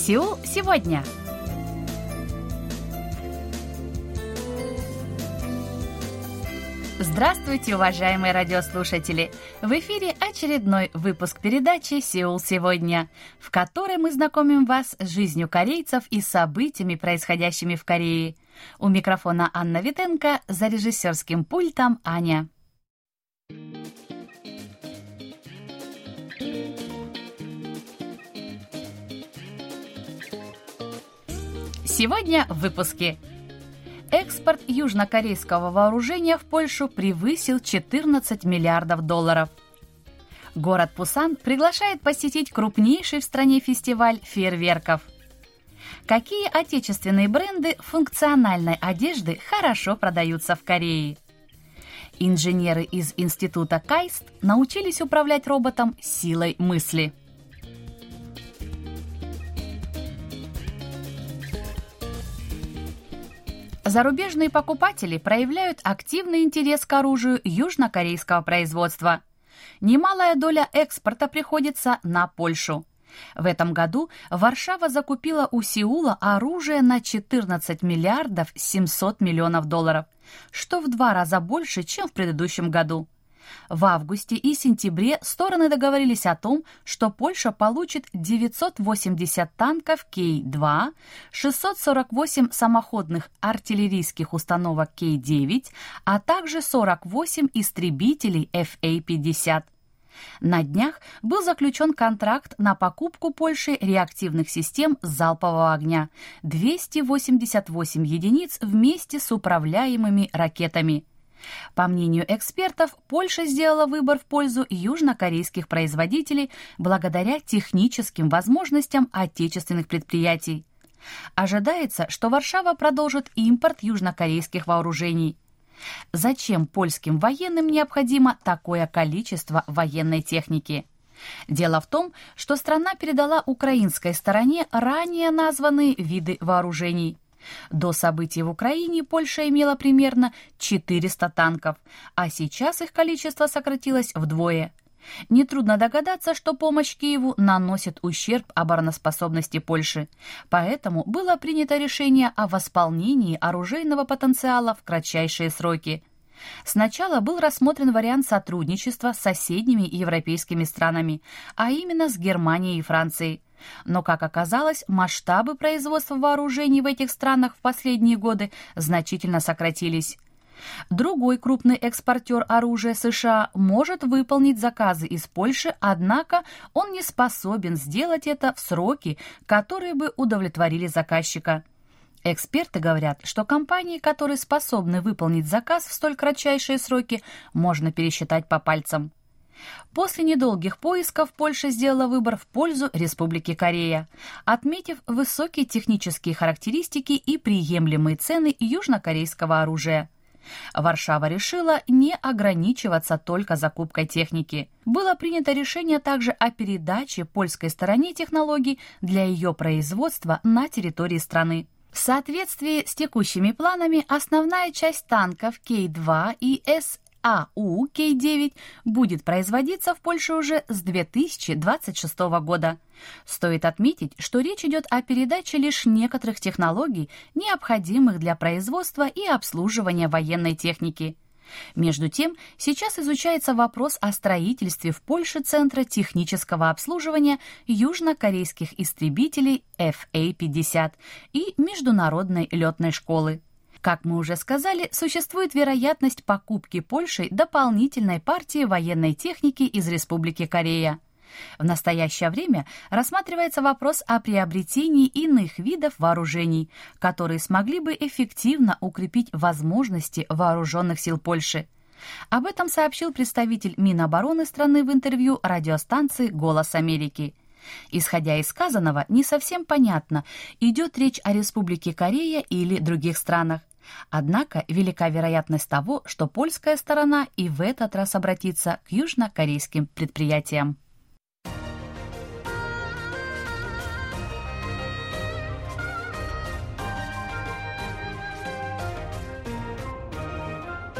Сеул сегодня. Здравствуйте, уважаемые радиослушатели! В эфире очередной выпуск передачи «Сеул сегодня», в которой мы знакомим вас с жизнью корейцев и событиями, происходящими в Корее. У микрофона Анна Витенко, за режиссерским пультом Аня. Сегодня в выпуске. Экспорт южнокорейского вооружения в Польшу превысил 14 миллиардов долларов. Город Пусан приглашает посетить крупнейший в стране фестиваль фейерверков. Какие отечественные бренды функциональной одежды хорошо продаются в Корее? Инженеры из института KAIST научились управлять роботом силой мысли. Зарубежные покупатели проявляют активный интерес к оружию южнокорейского производства. Немалая доля экспорта приходится на Польшу. В этом году Варшава закупила у Сеула оружие на 14 миллиардов 700 миллионов долларов, что в 2 раза больше, чем в предыдущем году. В августе и сентябре стороны договорились о том, что Польша получит 980 танков К-2, 648 самоходных артиллерийских установок К-9, а также 48 истребителей Фа-50. На днях был заключен контракт на покупку Польшей реактивных систем залпового огня – 288 единиц вместе с управляемыми ракетами. По мнению экспертов, Польша сделала выбор в пользу южнокорейских производителей благодаря техническим возможностям отечественных предприятий. Ожидается, что Варшава продолжит импорт южнокорейских вооружений. Зачем польским военным необходимо такое количество военной техники? Дело в том, что страна передала украинской стороне ранее названные виды вооружений. До событий в Украине Польша имела примерно 400 танков, а сейчас их количество сократилось вдвое. Нетрудно догадаться, что помощь Киеву наносит ущерб обороноспособности Польши, поэтому было принято решение о восполнении оружейного потенциала в кратчайшие сроки. Сначала был рассмотрен вариант сотрудничества с соседними европейскими странами, а именно с Германией и Францией. Но, как оказалось, масштабы производства вооружений в этих странах в последние годы значительно сократились. Другой крупный экспортер оружия США может выполнить заказы из Польши, однако он не способен сделать это в сроки, которые бы удовлетворили заказчика. Эксперты говорят, что компании, которые способны выполнить заказ в столь кратчайшие сроки, можно пересчитать по пальцам. После недолгих поисков Польша сделала выбор в пользу Республики Корея, отметив высокие технические характеристики и приемлемые цены южнокорейского оружия. Варшава решила не ограничиваться только закупкой техники. Было принято решение также о передаче польской стороне технологий для ее производства на территории страны. В соответствии с текущими планами основная часть танков К-2 и САУ К-9 будет производиться в Польше уже с 2026 года. Стоит отметить, что речь идет о передаче лишь некоторых технологий, необходимых для производства и обслуживания военной техники. Между тем, сейчас изучается вопрос о строительстве в Польше Центра технического обслуживания южнокорейских истребителей Фа-50 и Международной летной школы. Как мы уже сказали, существует вероятность покупки Польшей дополнительной партии военной техники из Республики Корея. В настоящее время рассматривается вопрос о приобретении иных видов вооружений, которые смогли бы эффективно укрепить возможности вооруженных сил Польши. Об этом сообщил представитель Минобороны страны в интервью радиостанции «Голос Америки». Исходя из сказанного, не совсем понятно, идет речь о Республике Корея или других странах. Однако велика вероятность того, что польская сторона и в этот раз обратится к южнокорейским предприятиям.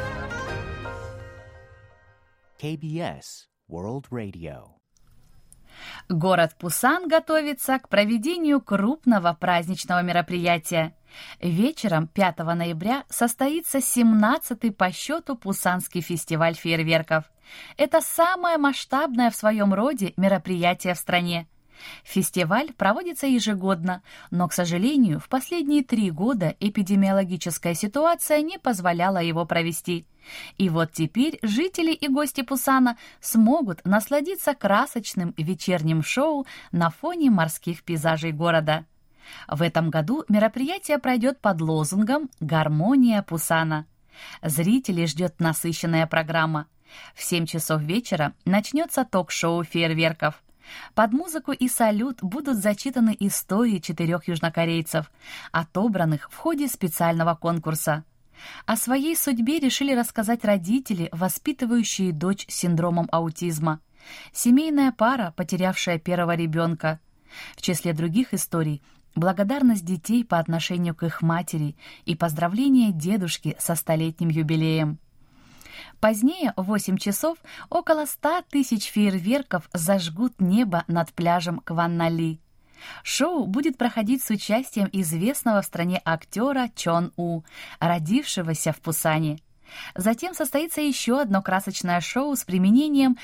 KBS World Radio. Город Пусан готовится к проведению крупного праздничного мероприятия. Вечером 5 ноября состоится 17-й по счету Пусанский фестиваль фейерверков. Это самое масштабное в своем роде мероприятие в стране. Фестиваль проводится ежегодно, но, к сожалению, в последние 3 года эпидемиологическая ситуация не позволяла его провести. И вот теперь жители и гости Пусана смогут насладиться красочным вечерним шоу на фоне морских пейзажей города. В этом году мероприятие пройдет под лозунгом «Гармония Пусана». Зрителей ждет насыщенная программа. В 7 часов вечера начнется ток-шоу фейерверков. Под музыку и салют будут зачитаны истории 4 южнокорейцев, отобранных в ходе специального конкурса. О своей судьбе решили рассказать родители, воспитывающие дочь с синдромом аутизма, семейная пара, потерявшая первого ребенка. В числе других историй – благодарность детей по отношению к их матери и поздравление дедушки со 100-летним юбилеем. Позднее, в 8 часов, около 100 тысяч фейерверков зажгут небо над пляжем Кваннали. Шоу будет проходить с участием известного в стране актера Чон У, родившегося в Пусане. Затем состоится еще одно красочное шоу с применением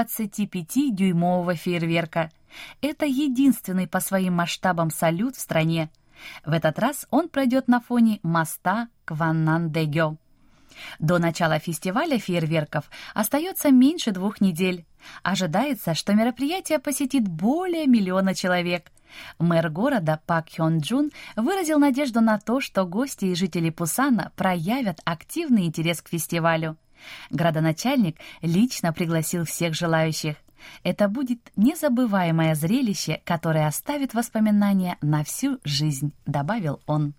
25-дюймового фейерверка. Это единственный по своим масштабам салют в стране. В этот раз он пройдет на фоне моста Кваннан-дэгё. До начала фестиваля фейерверков остается меньше 2 недель. Ожидается, что мероприятие посетит более 1 миллиона человек. Мэр города Пак Хён Джун выразил надежду на то, что гости и жители Пусана проявят активный интерес к фестивалю. Градоначальник лично пригласил всех желающих. Это будет незабываемое зрелище, которое оставит воспоминания на всю жизнь, добавил он.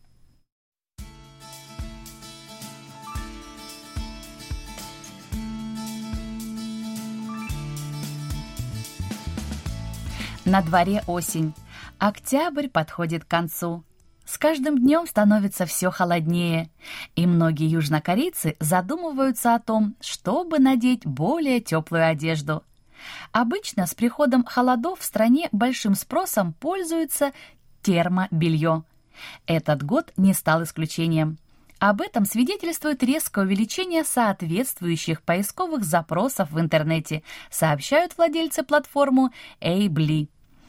На дворе осень. Октябрь подходит к концу. С каждым днем становится все холоднее, и многие южнокорейцы задумываются о том, чтобы надеть более теплую одежду. Обычно с приходом холодов в стране большим спросом пользуется термобелье. Этот год не стал исключением. Об этом свидетельствует резкое увеличение соответствующих поисковых запросов в интернете, сообщают владельцы платформы Эйбли.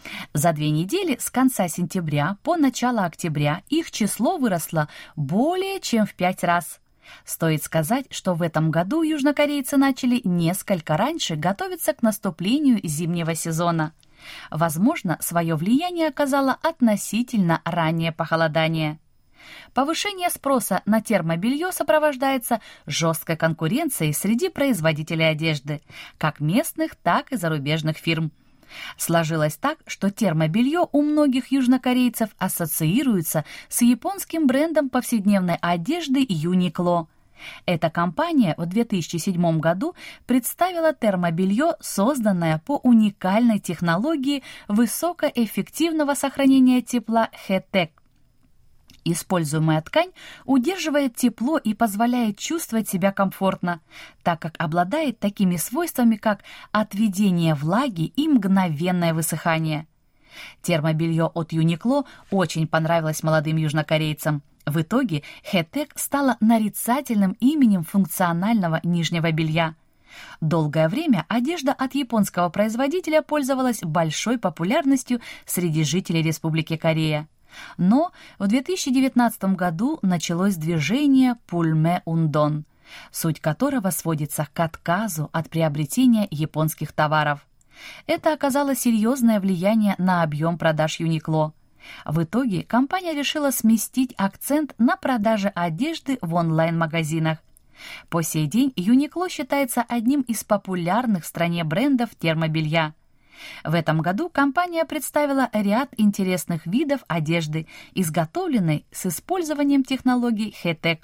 За 2 недели с конца сентября по начало октября их число выросло более чем в 5 раз. Стоит сказать, что в этом году южнокорейцы начали несколько раньше готовиться к наступлению зимнего сезона. Возможно, свое влияние оказало относительно раннее похолодание. Повышение спроса на термобелье сопровождается жесткой конкуренцией среди производителей одежды, как местных, так и зарубежных фирм. Сложилось так, что термобелье у многих южнокорейцев ассоциируется с японским брендом повседневной одежды Uniqlo. Эта компания в 2007 году представила термобелье, созданное по уникальной технологии высокоэффективного сохранения тепла HETEC. Используемая ткань удерживает тепло и позволяет чувствовать себя комфортно, так как обладает такими свойствами, как отведение влаги и мгновенное высыхание. Термобелье от Uniqlo очень понравилось молодым южнокорейцам. В итоге HETEC стала нарицательным именем функционального нижнего белья. Долгое время одежда от японского производителя пользовалась большой популярностью среди жителей Республики Корея. Но в 2019 году началось движение Пульме-Ундон, суть которого сводится к отказу от приобретения японских товаров. Это оказало серьезное влияние на объем продаж Uniqlo. В итоге компания решила сместить акцент на продаже одежды в онлайн-магазинах. По сей день Uniqlo считается одним из популярных в стране брендов термобелья. В этом году компания представила ряд интересных видов одежды, изготовленной с использованием технологий HETEC.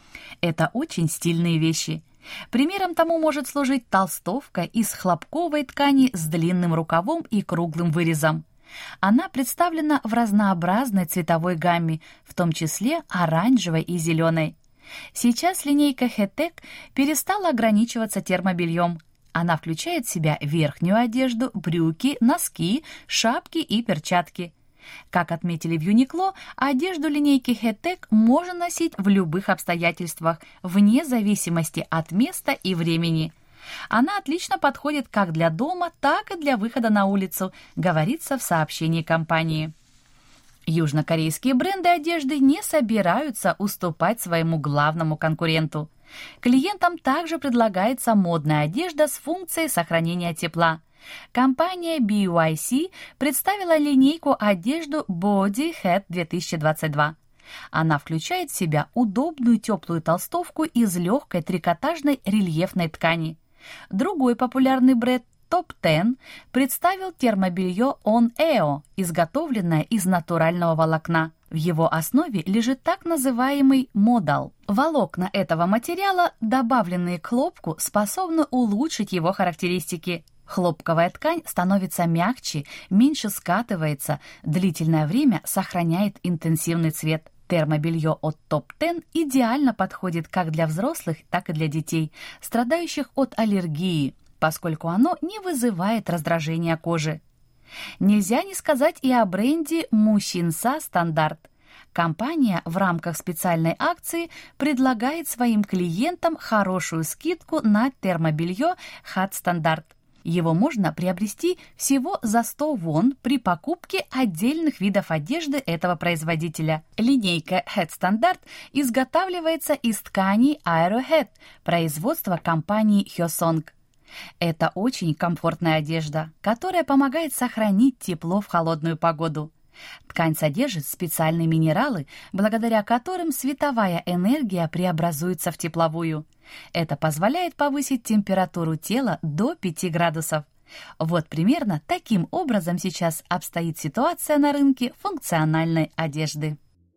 Это очень стильные вещи. Примером тому может служить толстовка из хлопковой ткани с длинным рукавом и круглым вырезом. Она представлена в разнообразной цветовой гамме, в том числе оранжевой и зеленой. Сейчас линейка HETEC перестала ограничиваться термобельем. Она включает в себя верхнюю одежду, брюки, носки, шапки и перчатки. Как отметили в Uniqlo, одежду линейки Hettech можно носить в любых обстоятельствах, вне зависимости от места и времени. Она отлично подходит как для дома, так и для выхода на улицу, говорится в сообщении компании. Южнокорейские бренды одежды не собираются уступать своему главному конкуренту. Клиентам также предлагается модная одежда с функцией сохранения тепла. Компания BYC представила линейку одежды Body Head 2022. Она включает в себя удобную теплую толстовку из легкой трикотажной рельефной ткани. Другой популярный бренд Top Ten представил термобелье On Eo, изготовленное из натурального волокна. В его основе лежит так называемый модал. Волокна этого материала, добавленные к хлопку, способны улучшить его характеристики. Хлопковая ткань становится мягче, меньше скатывается, длительное время сохраняет интенсивный цвет. Термобелье от Top Ten идеально подходит как для взрослых, так и для детей, страдающих от аллергии, поскольку оно не вызывает раздражения кожи. Нельзя не сказать и о бренде Мусинса Стандарт. Компания в рамках специальной акции предлагает своим клиентам хорошую скидку на термобелье Hot Standard. Его можно приобрести всего за 100 вон при покупке отдельных видов одежды этого производителя. Линейка Head Standard изготавливается из тканей Aerohead, производства компании Hyosung. Это очень комфортная одежда, которая помогает сохранить тепло в холодную погоду. Ткань содержит специальные минералы, благодаря которым световая энергия преобразуется в тепловую. Это позволяет повысить температуру тела до 5 градусов. Вот примерно таким образом сейчас обстоит ситуация на рынке функциональной одежды.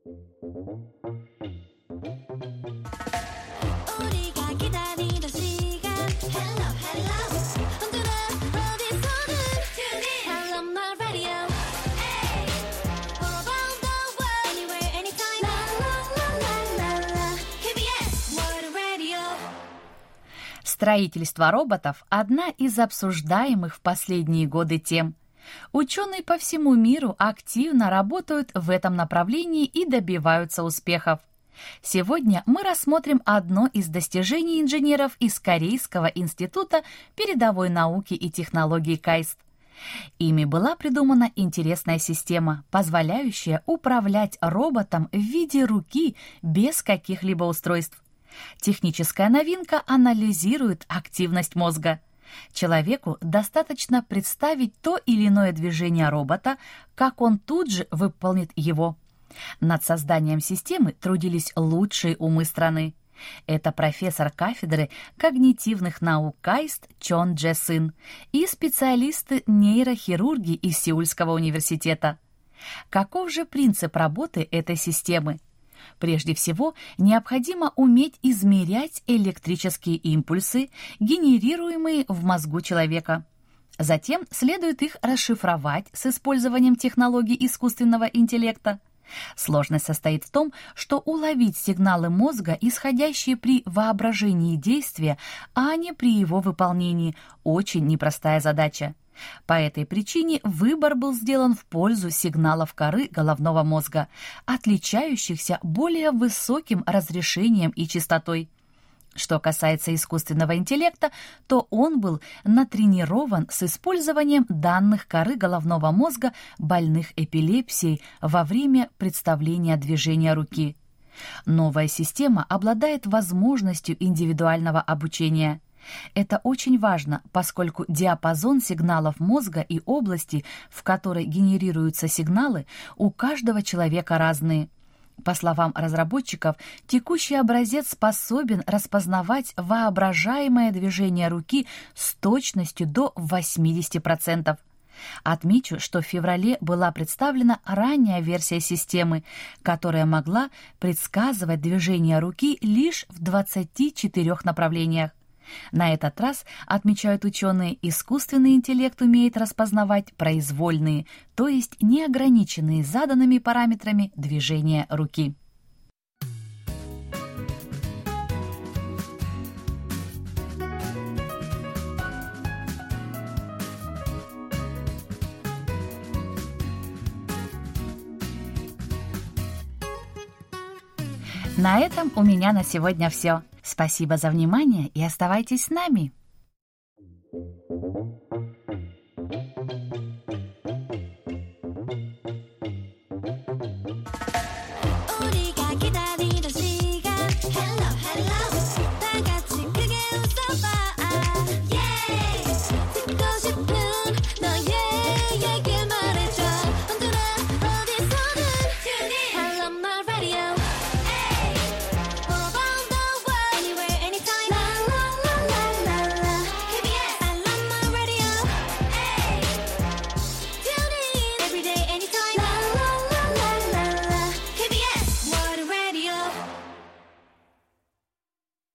Строительство роботов – одна из обсуждаемых в последние годы тем. Ученые по всему миру активно работают в этом направлении и добиваются успехов. Сегодня мы рассмотрим одно из достижений инженеров из Корейского института передовой науки и технологий KAIST. Ими была придумана интересная система, позволяющая управлять роботом в виде руки без каких-либо устройств. Техническая новинка анализирует активность мозга. Человеку достаточно представить то или иное движение робота, как он тут же выполнит его. Над созданием системы трудились лучшие умы страны. Это профессор кафедры когнитивных наук KAIST Чон Дже Сын и специалисты нейрохирургии из Сеульского университета. Каков же принцип работы этой системы? Прежде всего, необходимо уметь измерять электрические импульсы, генерируемые в мозгу человека. Затем следует их расшифровать с использованием технологий искусственного интеллекта. Сложность состоит в том, что уловить сигналы мозга, исходящие при воображении действия, а не при его выполнении, очень непростая задача. По этой причине выбор был сделан в пользу сигналов коры головного мозга, отличающихся более высоким разрешением и частотой. Что касается искусственного интеллекта, то он был натренирован с использованием данных коры головного мозга больных эпилепсией во время представления движения руки. Новая система обладает возможностью индивидуального обучения. Это очень важно, поскольку диапазон сигналов мозга и области, в которой генерируются сигналы, у каждого человека разные. По словам разработчиков, текущий образец способен распознавать воображаемое движение руки с точностью до 80%. Отмечу, что в феврале была представлена ранняя версия системы, которая могла предсказывать движение руки лишь в 24 направлениях. На этот раз, отмечают ученые, искусственный интеллект умеет распознавать произвольные, то есть неограниченные заданными параметрами движения руки. На этом у меня на сегодня все. Спасибо за внимание и оставайтесь с нами.